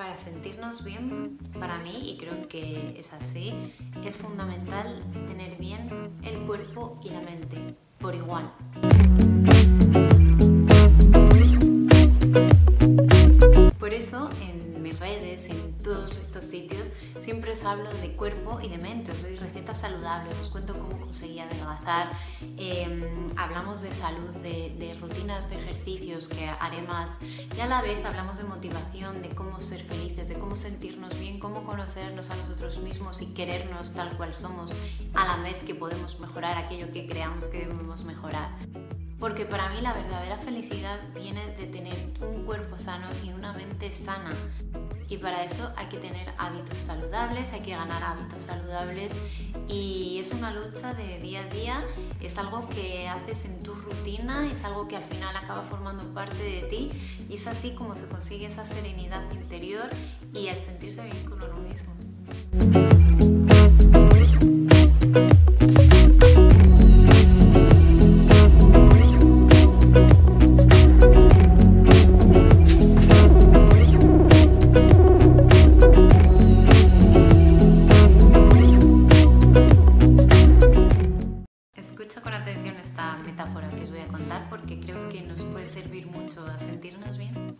Para sentirnos bien, para mí, y creo que es así, es fundamental tener bien el cuerpo y la mente, por igual. Por eso, en mis redes, en todos estos sitios, siempre os hablo de cuerpo y de mente, os doy recetas saludables, os cuento cómo conseguí adelgazar, hablamos de salud, de rutinas de ejercicios que haré más, y a la vez hablamos de motivación, de cómo ser felices, de cómo sentirnos bien, cómo conocernos a nosotros mismos y querernos tal cual somos, a la vez que podemos mejorar aquello que creamos que debemos mejorar. Porque para mí la verdadera felicidad viene de tener un cuerpo sano y una mente sana. Y para eso hay que tener hábitos saludables, hay que ganar hábitos saludables y es una lucha de día a día, es algo que haces en tu rutina, es algo que al final acaba formando parte de ti y es así como se consigue esa serenidad interior y el sentirse bien con uno mismo. Escucha con atención esta metáfora que os voy a contar porque creo que nos puede servir mucho a sentirnos bien.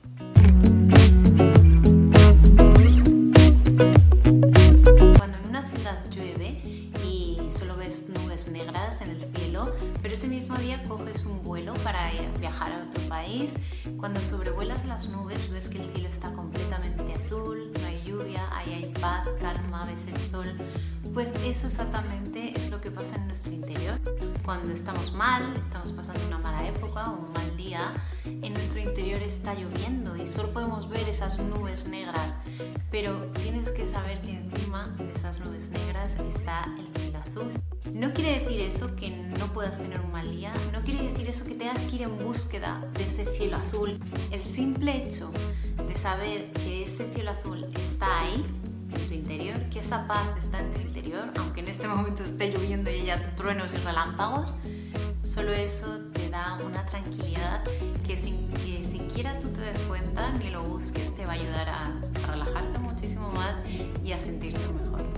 Cuando en una ciudad llueve y solo ves nubes negras en el cielo, pero ese mismo día coges un vuelo para viajar a otro país, cuando sobrevuelas las nubes ves que el cielo está completamente azul, no hay lluvia, ahí hay paz, calma, ves el sol. Pues eso exactamente es lo que pasa en nuestro interior. Cuando estamos mal, estamos pasando una mala época o un mal día, en nuestro interior está lloviendo y solo podemos ver esas nubes negras, pero tienes que saber que encima de esas nubes negras está el cielo azul. No quiere decir eso que no puedas tener un mal día, no quiere decir eso que tengas que ir en búsqueda de ese cielo azul. El simple hecho de saber que ese cielo azul está ahí, en tu interior, que esa paz está en tu interior, aunque en este momento esté lloviendo y haya truenos y relámpagos, solo eso te da una tranquilidad que sin que siquiera tú te des cuenta ni lo busques te va a ayudar a relajarte muchísimo más y a sentirte mejor.